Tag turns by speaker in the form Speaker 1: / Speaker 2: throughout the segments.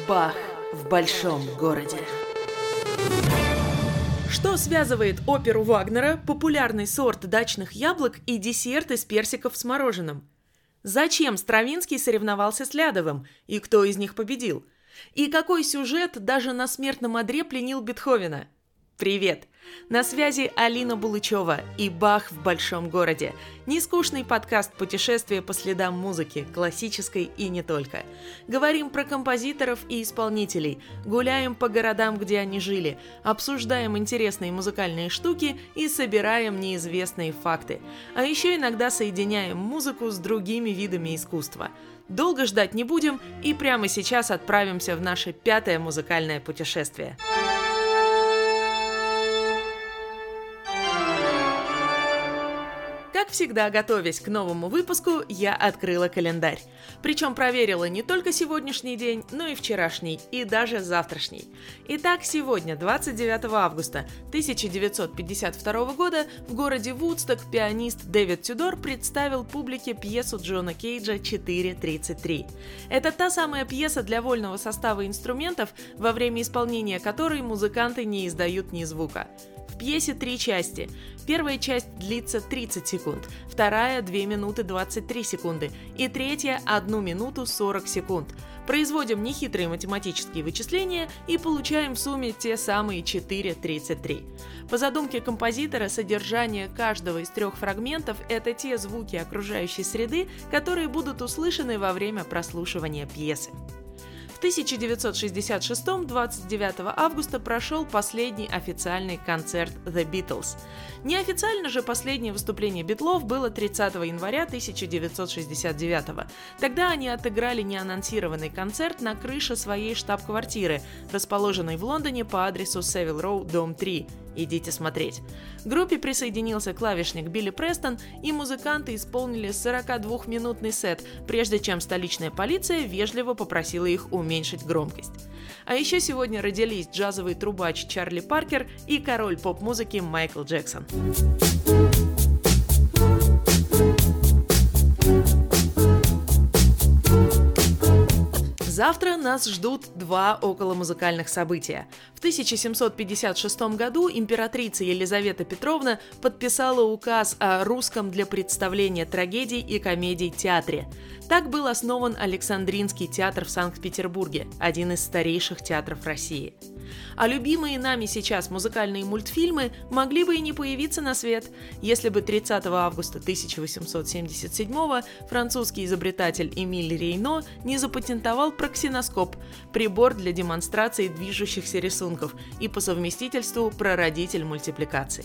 Speaker 1: Бах в большом городе. Что связывает оперу Вагнера, популярный сорт дачных яблок и десерт из персиков с мороженым? Зачем Стравинский соревновался с Лядовым, и кто из них победил? И какой сюжет даже на смертном одре пленил Бетховена? Привет! На связи Алина Булычева и «Бах в большом городе» – нескучный подкаст путешествия по следам музыки, классической и не только. Говорим про композиторов и исполнителей, гуляем по городам, где они жили, обсуждаем интересные музыкальные штуки и собираем неизвестные факты. А еще иногда соединяем музыку с другими видами искусства. Долго ждать не будем и прямо сейчас отправимся в наше 5-е музыкальное путешествие. Как всегда, готовясь к новому выпуску, я открыла календарь. Причем проверила не только сегодняшний день, но и вчерашний, и даже завтрашний. Итак, сегодня, 29 августа 1952 года, в городе Вудсток пианист Дэвид Тюдор представил публике пьесу Джона Кейджа «4.33». Это та самая пьеса для вольного состава инструментов, во время исполнения которой музыканты не издают ни звука. В пьесе 3 части. Первая часть длится 30 секунд, вторая – 2 минуты 23 секунды и третья – 1 минуту 40 секунд. Производим нехитрые математические вычисления и получаем в сумме те самые 4.33. По задумке композитора, содержание каждого из 3 фрагментов – это те звуки окружающей среды, которые будут услышаны во время прослушивания пьесы. В 1966 29 августа прошел последний официальный концерт The Beatles. Неофициально же последнее выступление Битлов было 30 января 1969. Тогда они отыграли неанонсированный концерт на крыше своей штаб-квартиры, расположенной в Лондоне по адресу Севил Роу, дом 3. Идите смотреть. К группе присоединился клавишник Билли Престон, и музыканты исполнили 42-минутный сет, прежде чем столичная полиция вежливо попросила их уменьшить громкость. А еще сегодня родились джазовый трубач Чарли Паркер и король поп-музыки Майкл Джексон. Завтра нас ждут 2 околомузыкальных события. В 1756 году императрица Елизавета Петровна подписала указ о русском для представления трагедий и комедий театре. Так был основан Александринский театр в Санкт-Петербурге, один из старейших театров России. А любимые нами сейчас музыкальные мультфильмы могли бы и не появиться на свет, если бы 30 августа 1877 французский изобретатель Эмиль Рейно не запатентовал проксиноскоп – прибор для демонстрации движущихся рисунков и по совместительству прародитель мультипликации.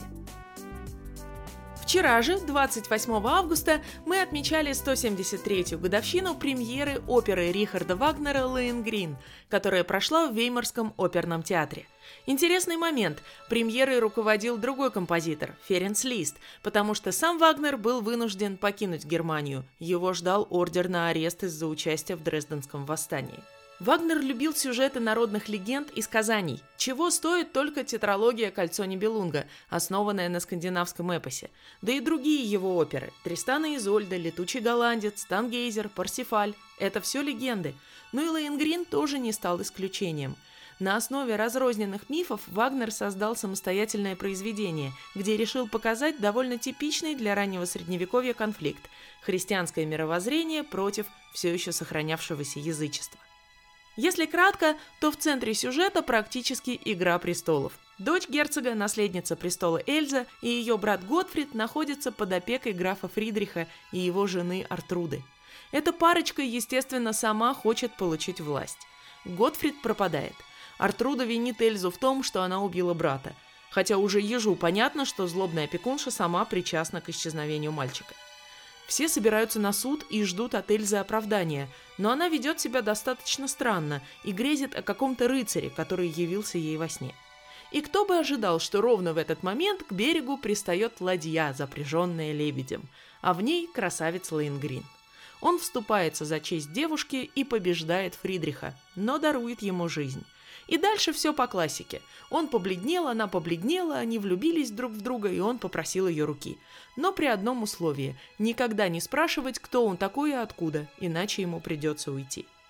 Speaker 1: Вчера же, 28 августа, мы отмечали 173-ю годовщину премьеры оперы Рихарда Вагнера «Лоэнгрин», которая прошла в Веймарском оперном театре. Интересный момент. Премьерой руководил другой композитор, Ференц Лист, потому что сам Вагнер был вынужден покинуть Германию. Его ждал ордер на арест из-за участия в Дрезденском восстании. Вагнер любил сюжеты народных легенд и сказаний, чего стоит только тетралогия «Кольцо Нибелунга», основанная на скандинавском эпосе, да и другие его оперы «Тристан и Изольда», «Летучий голландец», «Тангейзер», «Парсифаль» – это все легенды. Ну и «Лоэнгрин» тоже не стал исключением. На основе разрозненных мифов Вагнер создал самостоятельное произведение, где решил показать довольно типичный для раннего средневековья конфликт – христианское мировоззрение против все еще сохранявшегося язычества. Если кратко, то в центре сюжета практически «Игра престолов». Дочь герцога, наследница престола Эльза и ее брат Готфрид находятся под опекой графа Фридриха и его жены Артруды. Эта парочка, естественно, сама хочет получить власть. Готфрид пропадает. Артруда винит Эльзу в том, что она убила брата, хотя уже ежу понятно, что злобная опекунша сама причастна к исчезновению мальчика. Все собираются на суд и ждут от Эльзы оправдания, но она ведет себя достаточно странно и грезит о каком-то рыцаре, который явился ей во сне. И кто бы ожидал, что ровно в этот момент к берегу пристает ладья, запряженная лебедем, а в ней красавец Лоэнгрин. Он вступается за честь девушки и побеждает Фридриха, но дарует ему жизнь. И дальше все по классике. Он побледнел, она побледнела, они влюбились друг в друга, и он попросил ее руки. Но при одном условии – никогда не спрашивать, кто он такой и откуда, иначе ему придется уйти.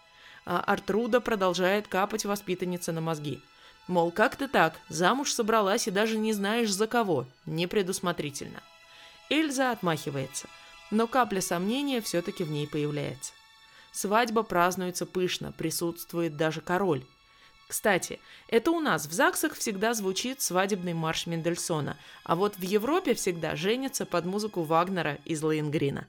Speaker 1: а Артруда продолжает капать воспитаннице на мозги. Мол, как ты так, замуж собралась и даже не знаешь за кого, непредусмотрительно. Эльза отмахивается, но капля сомнения все-таки в ней появляется. Свадьба празднуется пышно, присутствует даже король. Кстати, это у нас в ЗАГСах всегда звучит свадебный марш Мендельсона, а вот в Европе всегда женятся под музыку Вагнера из Лоенгрина.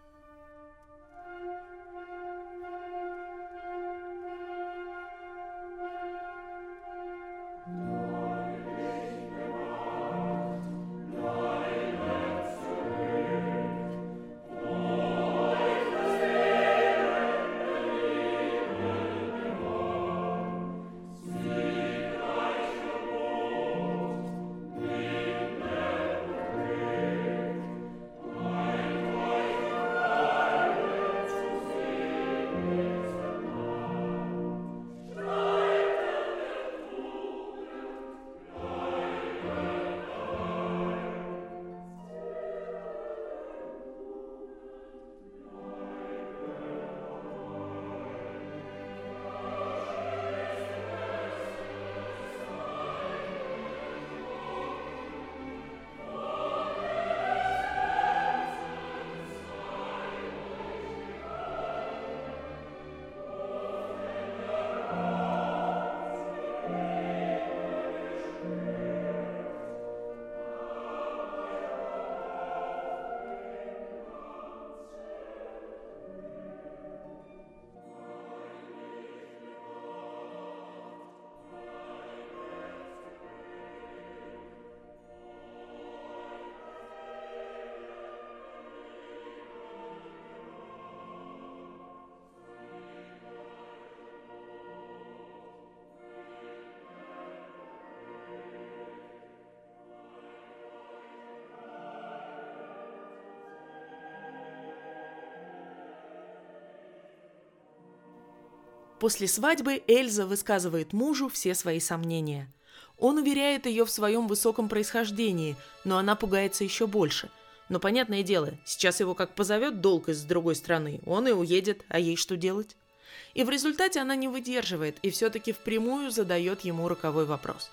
Speaker 1: После свадьбы Эльза высказывает мужу все свои сомнения. Он уверяет ее в своем высоком происхождении, но она пугается еще больше. Но понятное дело, сейчас его как позовет долг из другой страны, он и уедет, а ей что делать? И в результате она не выдерживает и все-таки впрямую задает ему роковой вопрос.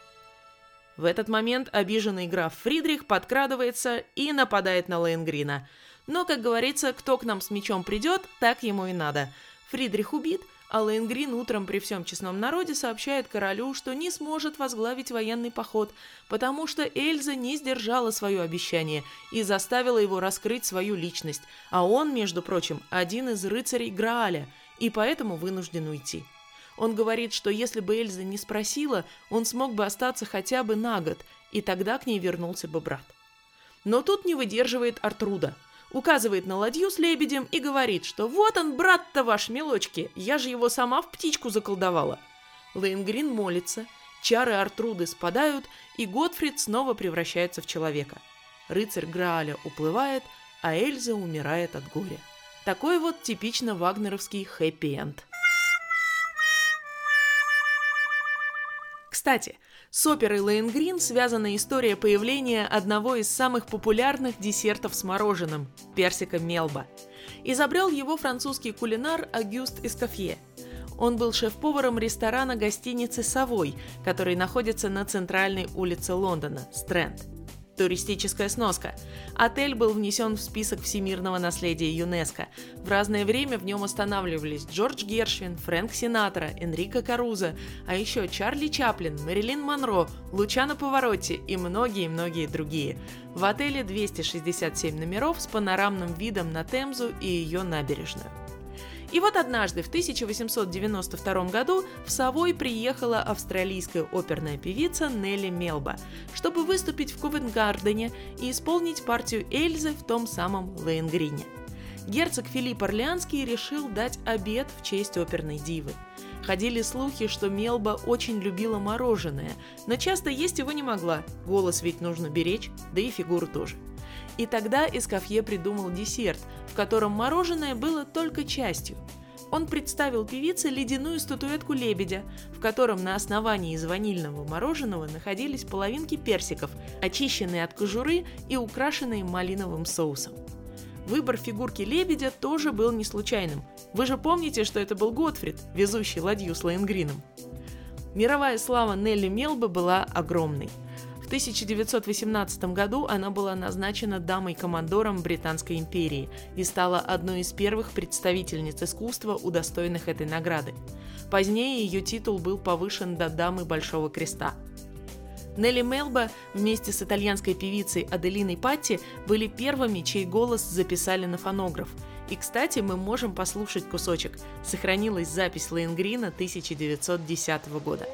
Speaker 1: В этот момент обиженный граф Фридрих подкрадывается и нападает на Лоенгрина. Но, как говорится, кто к нам с мечом придет, так ему и надо. Фридрих убит, а Лоенгрин утром при всем честном народе сообщает королю, что не сможет возглавить военный поход, потому что Эльза не сдержала свое обещание и заставила его раскрыть свою личность, а он, между прочим, один из рыцарей Грааля, и поэтому вынужден уйти. Он говорит, что если бы Эльза не спросила, он смог бы остаться хотя бы на год, и тогда к ней вернулся бы брат. Но тут не выдерживает Артруда. Указывает на ладью с лебедем и говорит, что вот он, брат-то ваш, милочки, я же его сама в птичку заколдовала. Лоенгрин молится, чары Артруды спадают, и Готфрид снова превращается в человека. Рыцарь Грааля уплывает, а Эльза умирает от горя. Такой вот типично вагнеровский хэппи-энд. Кстати, с оперой «Лоенгрин» связана история появления одного из самых популярных десертов с мороженым – персика Мелба. Изобрел его французский кулинар Агюст Эскофье. Он был шеф-поваром ресторана гостиницы «Совой», который находится на центральной улице Лондона – Стрэнд. Туристическая сноска. Отель был внесен в список всемирного наследия ЮНЕСКО. В разное время в нем останавливались Джордж Гершвин, Фрэнк Синатра, Энрико Карузо, а еще Чарли Чаплин, Мэрилин Монро, Лучано Паваротти и многие-многие другие. В отеле 267 номеров с панорамным видом на Темзу и ее набережную. И вот однажды, в 1892 году, в Совой приехала австралийская оперная певица Нелли Мелба, чтобы выступить в Ковент-Гардене и исполнить партию Эльзы в том самом Лоенгрине. Герцог Филипп Орлеанский решил дать обед в честь оперной дивы. Ходили слухи, что Мелба очень любила мороженое, но часто есть его не могла, голос ведь нужно беречь, да и фигуру тоже. И тогда Эскофье придумал десерт, в котором мороженое было только частью. Он представил певице ледяную статуэтку лебедя, в котором на основании из ванильного мороженого находились половинки персиков, очищенные от кожуры и украшенные малиновым соусом. Выбор фигурки лебедя тоже был не случайным. Вы же помните, что это был Готфрид, везущий ладью с Лоэнгрином. Мировая слава Нелли Мелбы была огромной. В 1918 году она была назначена дамой-командором Британской империи и стала одной из первых представительниц искусства, удостоенных этой награды. Позднее ее титул был повышен до дамы Большого Креста. Нелли Мелба вместе с итальянской певицей Аделиной Патти были первыми, чей голос записали на фонограф. И, кстати, мы можем послушать кусочек. Сохранилась запись Лоэнгрина 1910 года.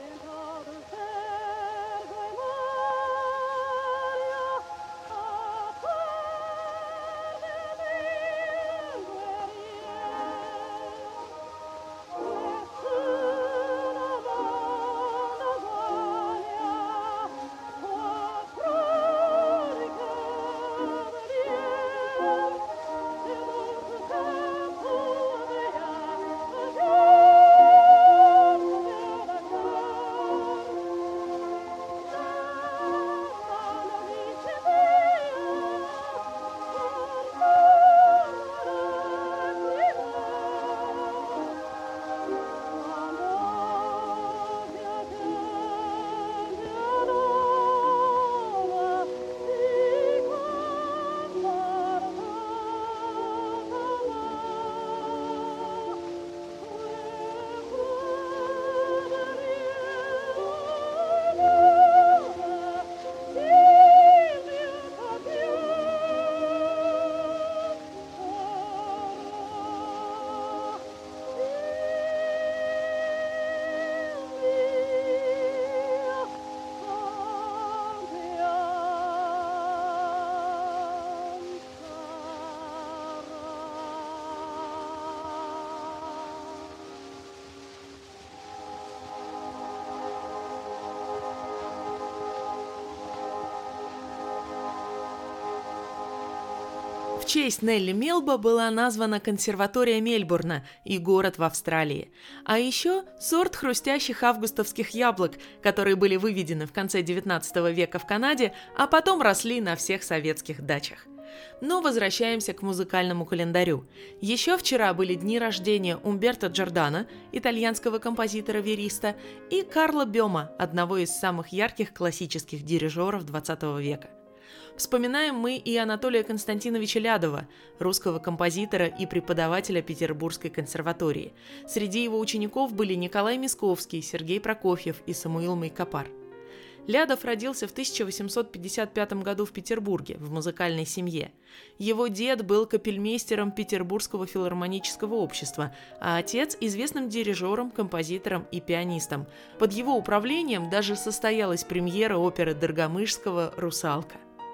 Speaker 1: В честь Нелли Мелба была названа консерватория Мельбурна и город в Австралии. А еще сорт хрустящих августовских яблок, которые были выведены в конце 19 века в Канаде, а потом росли на всех советских дачах. Но возвращаемся к музыкальному календарю. Еще вчера были дни рождения Умберто Джордано, итальянского композитора-вериста, и Карла Бёма, одного из самых ярких классических дирижеров 20 века. Вспоминаем мы и Анатолия Константиновича Лядова, русского композитора и преподавателя Петербургской консерватории. Среди его учеников были Николай Мисковский, Сергей Прокофьев и Самуил Майкопар. Лядов родился в 1855 году в Петербурге, в музыкальной семье. Его дед был капельмейстером Петербургского филармонического общества, а отец – известным дирижером, композитором и пианистом. Под его управлением даже состоялась премьера оперы Доргомышского «Русалка».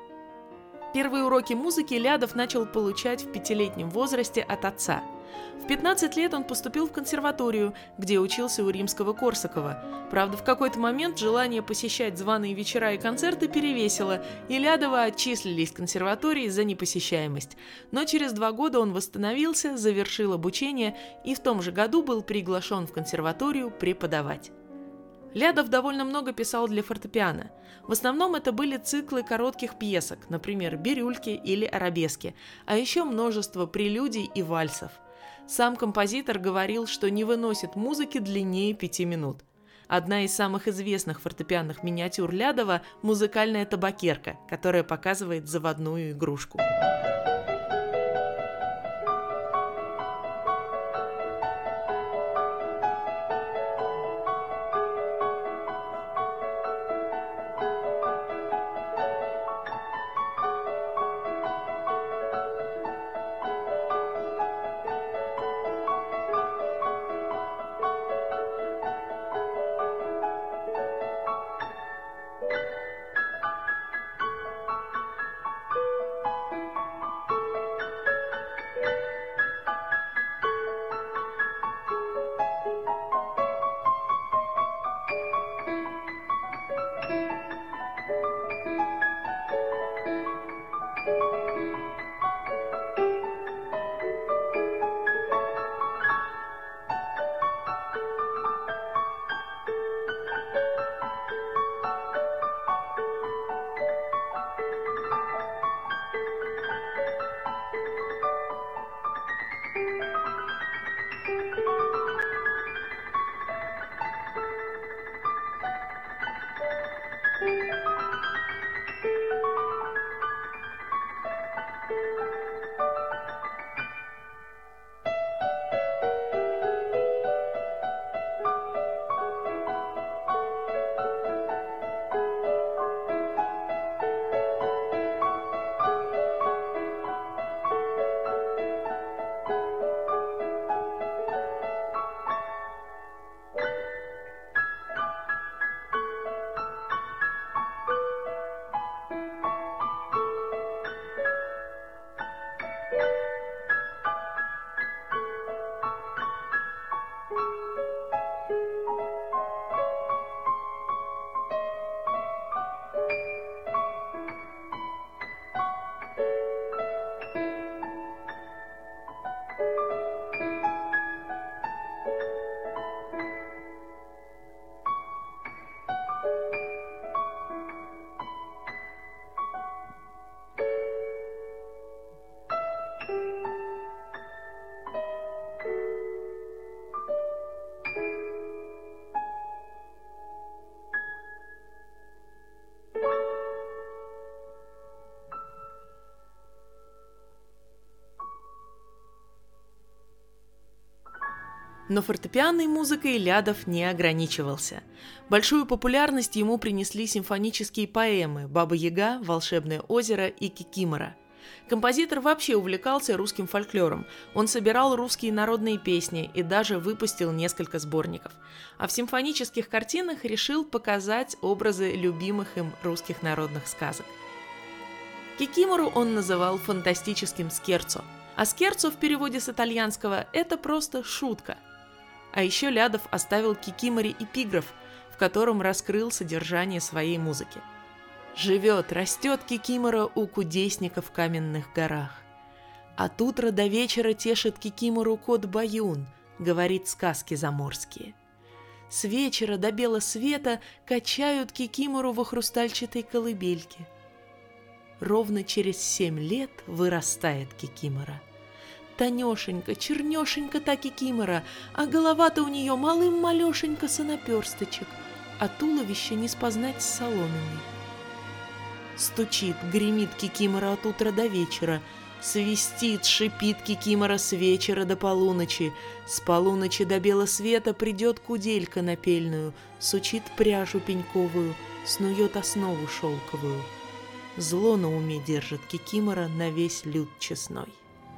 Speaker 1: Первые уроки музыки Лядов начал получать в 5-летнем возрасте от отца. В 15 лет он поступил в консерваторию, где учился у Римского-Корсакова. Правда, в какой-то момент желание посещать званые вечера и концерты перевесило, и Лядова отчислили из консерватории за непосещаемость. Но через 2 года он восстановился, завершил обучение и в том же году был приглашен в консерваторию преподавать. Лядов довольно много писал для фортепиано. В основном это были циклы коротких пьесок, например, бирюльки или арабески, а еще множество прелюдий и вальсов. Сам композитор говорил, что не выносит музыки длиннее 5 минут. Одна из самых известных фортепианных миниатюр Лядова – музыкальная табакерка, которая показывает заводную игрушку. Но фортепианной музыкой Лядов не ограничивался. Большую популярность ему принесли симфонические поэмы «Баба-Яга», «Волшебное озеро» и «Кикимора». Композитор вообще увлекался русским фольклором. Он собирал русские народные песни и даже выпустил несколько сборников. А в симфонических картинах решил показать образы любимых им русских народных сказок. Кикимору он называл фантастическим скерцо. А скерцо в переводе с итальянского – это просто шутка. А еще Лядов оставил Кикиморе эпиграф, в котором раскрыл содержание своей музыки. «Живет, растет Кикимора у кудесника в каменных горах. От утра до вечера тешит Кикимору кот Баюн, говорит сказки заморские. С вечера до бела света качают Кикимору во хрустальчатой колыбельке. Ровно через 7 лет вырастает Кикимора. Тонешенька, чернешенька та Кикимора, а голова-то у нее малым-малешенька сонаперсточек, а туловище не спознать с соломенной. Стучит, гремит Кикимора от утра до вечера, свистит, шипит Кикимора с вечера до полуночи, с полуночи до бела света придет куделька напельную, сучит пряжу пеньковую, снует основу шелковую. Зло на уме держит Кикимора на весь люд честной».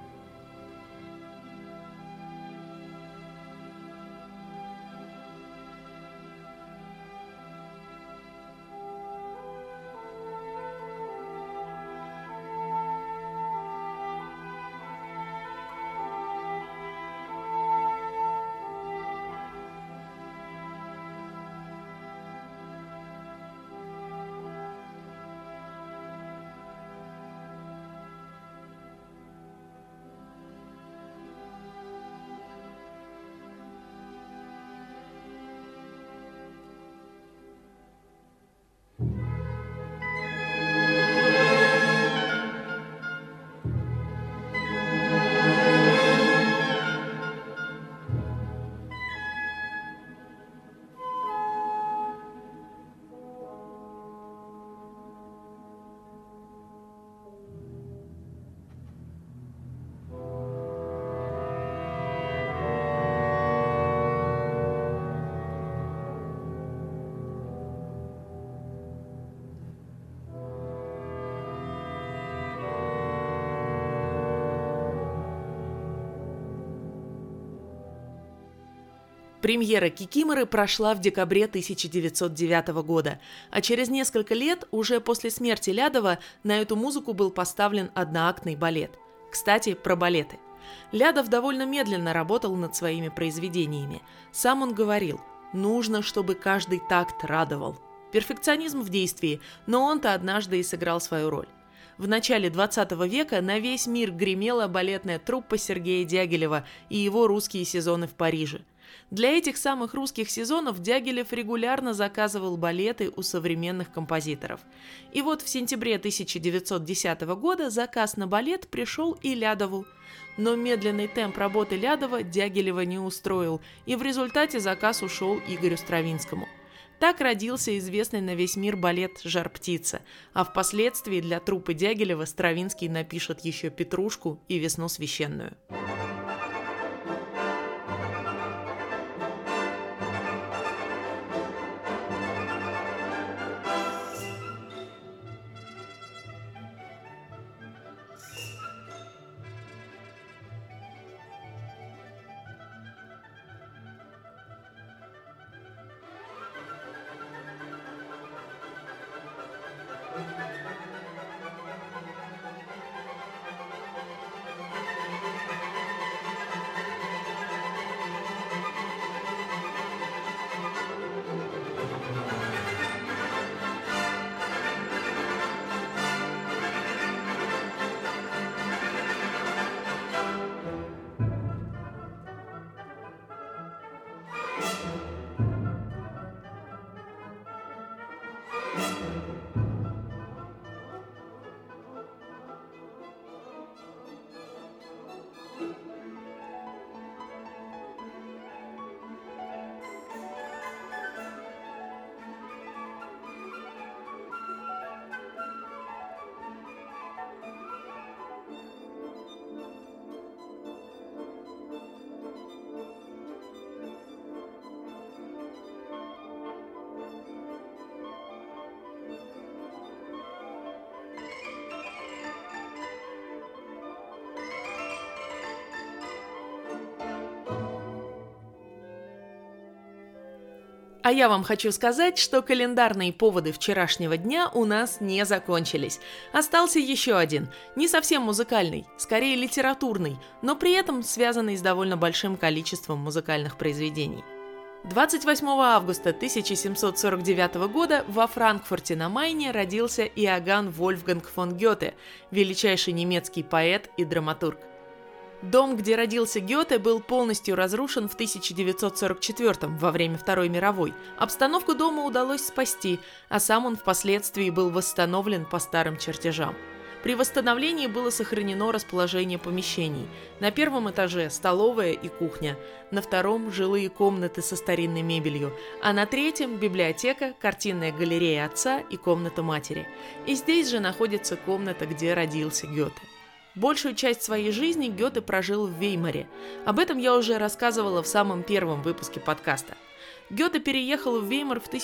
Speaker 1: Премьера «Кикиморы» прошла в декабре 1909 года, а через несколько лет, уже после смерти Лядова, на эту музыку был поставлен одноактный балет. Кстати, про балеты. Лядов довольно медленно работал над своими произведениями. Сам он говорил: «Нужно, чтобы каждый такт радовал». Перфекционизм в действии, но он-то однажды и сыграл свою роль. В начале 20 века на весь мир гремела балетная труппа Сергея Дягилева и его русские сезоны в Париже. Для этих самых русских сезонов Дягилев регулярно заказывал балеты у современных композиторов. И вот в сентябре 1910 года заказ на балет пришел и Лядову. Но медленный темп работы Лядова Дягилева не устроил, и в результате заказ ушел Игорю Стравинскому. Так родился известный на весь мир балет «Жар-птица», а впоследствии для труппы Дягилева Стравинский напишет еще «Петрушку» и «Весну священную». А я вам хочу сказать, что календарные поводы вчерашнего дня у нас не закончились. Остался еще один, не совсем музыкальный, скорее литературный, но при этом связанный с довольно большим количеством музыкальных произведений. 28 августа 1749 года во Франкфурте на Майне родился Иоганн Вольфганг фон Гёте, величайший немецкий поэт и драматург. Дом, где родился Гёте, был полностью разрушен в 1944 во время Второй мировой. Обстановку дома удалось спасти, а сам он впоследствии был восстановлен по старым чертежам. При восстановлении было сохранено расположение помещений. На первом этаже столовая и кухня, на втором – жилые комнаты со старинной мебелью, а на третьем – библиотека, картинная галерея отца и комната матери. И здесь же находится комната, где родился Гёте. Большую часть своей жизни Гёте прожил в Веймаре. Об этом я уже рассказывала в самом первом выпуске подкаста. Гёте переехал в Веймар в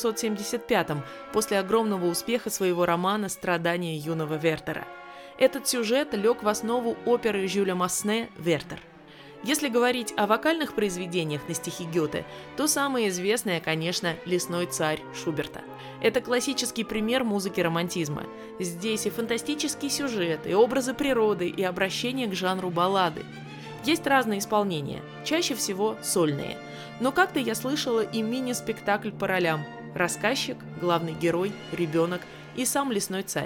Speaker 1: 1775-м после огромного успеха своего романа «Страдания юного Вертера». Этот сюжет лег в основу оперы Жюля Масне «Вертер». Если говорить о вокальных произведениях на стихи Гёте, то самое известное, конечно, «Лесной царь» Шуберта. Это классический пример музыки романтизма. Здесь и фантастический сюжет, и образы природы, и обращение к жанру баллады. Есть разные исполнения, чаще всего сольные. Но как-то я слышала и мини-спектакль по ролям. Рассказчик, главный герой, ребенок и сам лесной царь.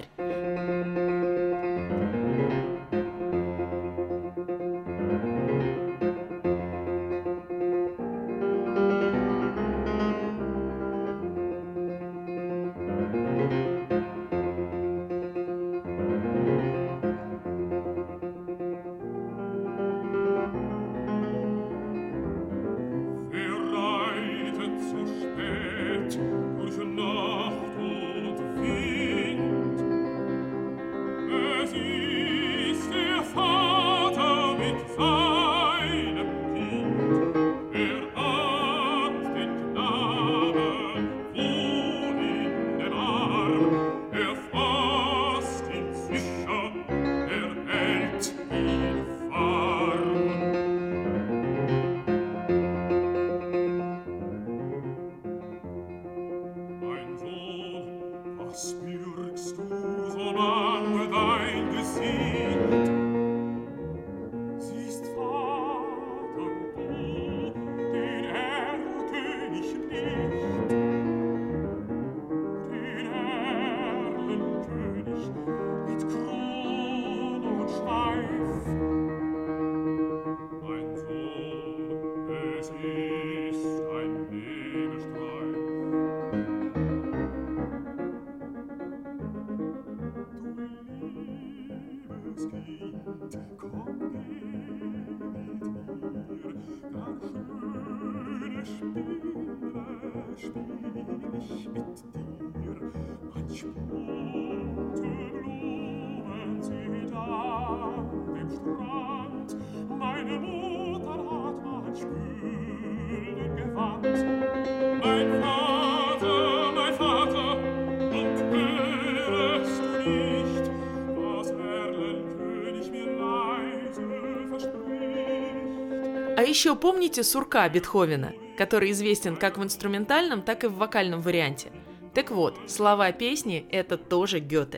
Speaker 1: А еще помните сурка Бетховена, который известен как в инструментальном, так и в вокальном варианте? Так вот, слова песни – это тоже Гёте.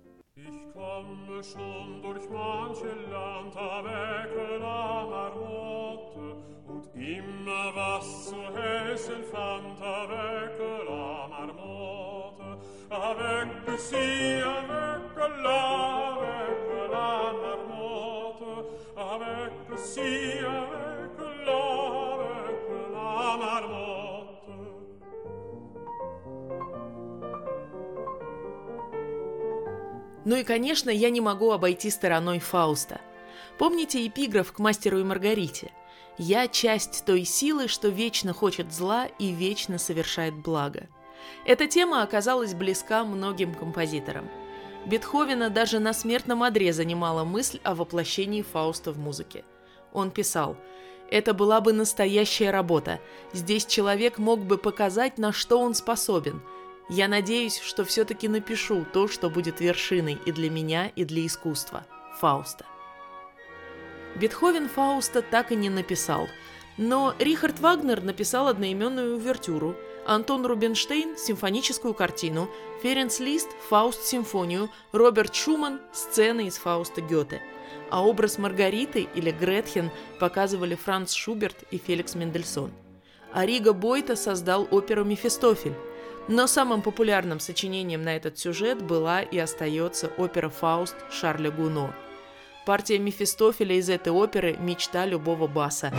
Speaker 1: Ну и, конечно, я не могу обойти стороной Фауста. Помните эпиграф к «Мастеру и Маргарите»? «Я часть той силы, что вечно хочет зла и вечно совершает благо». Эта тема оказалась близка многим композиторам. Бетховена даже на смертном одре занимала мысль о воплощении Фауста в музыке. Он писал: «Это была бы настоящая работа. Здесь человек мог бы показать, на что он способен. Я надеюсь, что все-таки напишу то, что будет вершиной и для меня, и для искусства. Фауста». Бетховен Фауста так и не написал, но Рихард Вагнер написал одноименную увертюру, Антон Рубинштейн – симфоническую картину, Ференц Лист – Фауст-симфонию, Роберт Шуман – сцены из Фауста Гёте. А образ Маргариты или Гретхен показывали Франц Шуберт и Феликс Мендельсон. Ариго Бойто создал оперу «Мефистофель». Но самым популярным сочинением на этот сюжет была и остается опера «Фауст» Шарля Гуно. Партия Мефистофеля из этой оперы – мечта любого баса.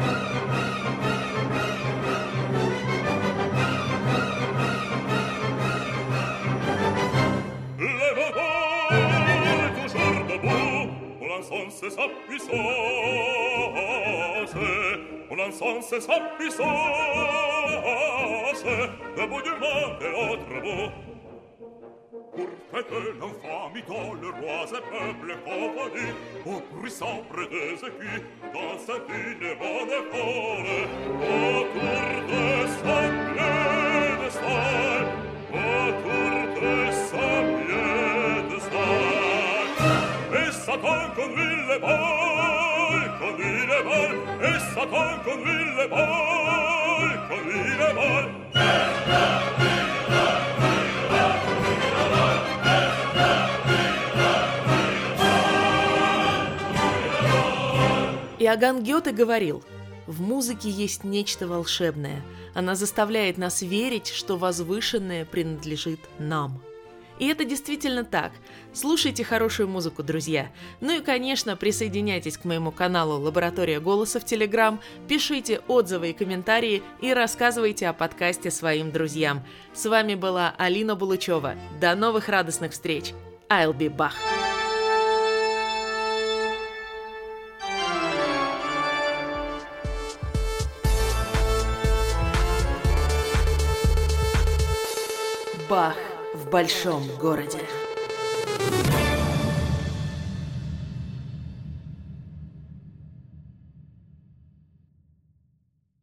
Speaker 2: Pour que l'infamité le roi et peuple compagnie, pour puissant près des écus, dans sa ville de bonne école, autour de son piédestal, autour de son piédestal. Et Satan conduit les balles, et Satan conduit les balles.
Speaker 1: Иоганн Гёте говорил: «В музыке есть нечто волшебное. Она заставляет нас верить, что возвышенное принадлежит нам». И это действительно так. Слушайте хорошую музыку, друзья. Ну и, конечно, присоединяйтесь к моему каналу «Лаборатория голоса» в Telegram, пишите отзывы и комментарии и рассказывайте о подкасте своим друзьям. С вами была Алина Булычева. До новых радостных встреч. I'll be back. Бах в большом городе.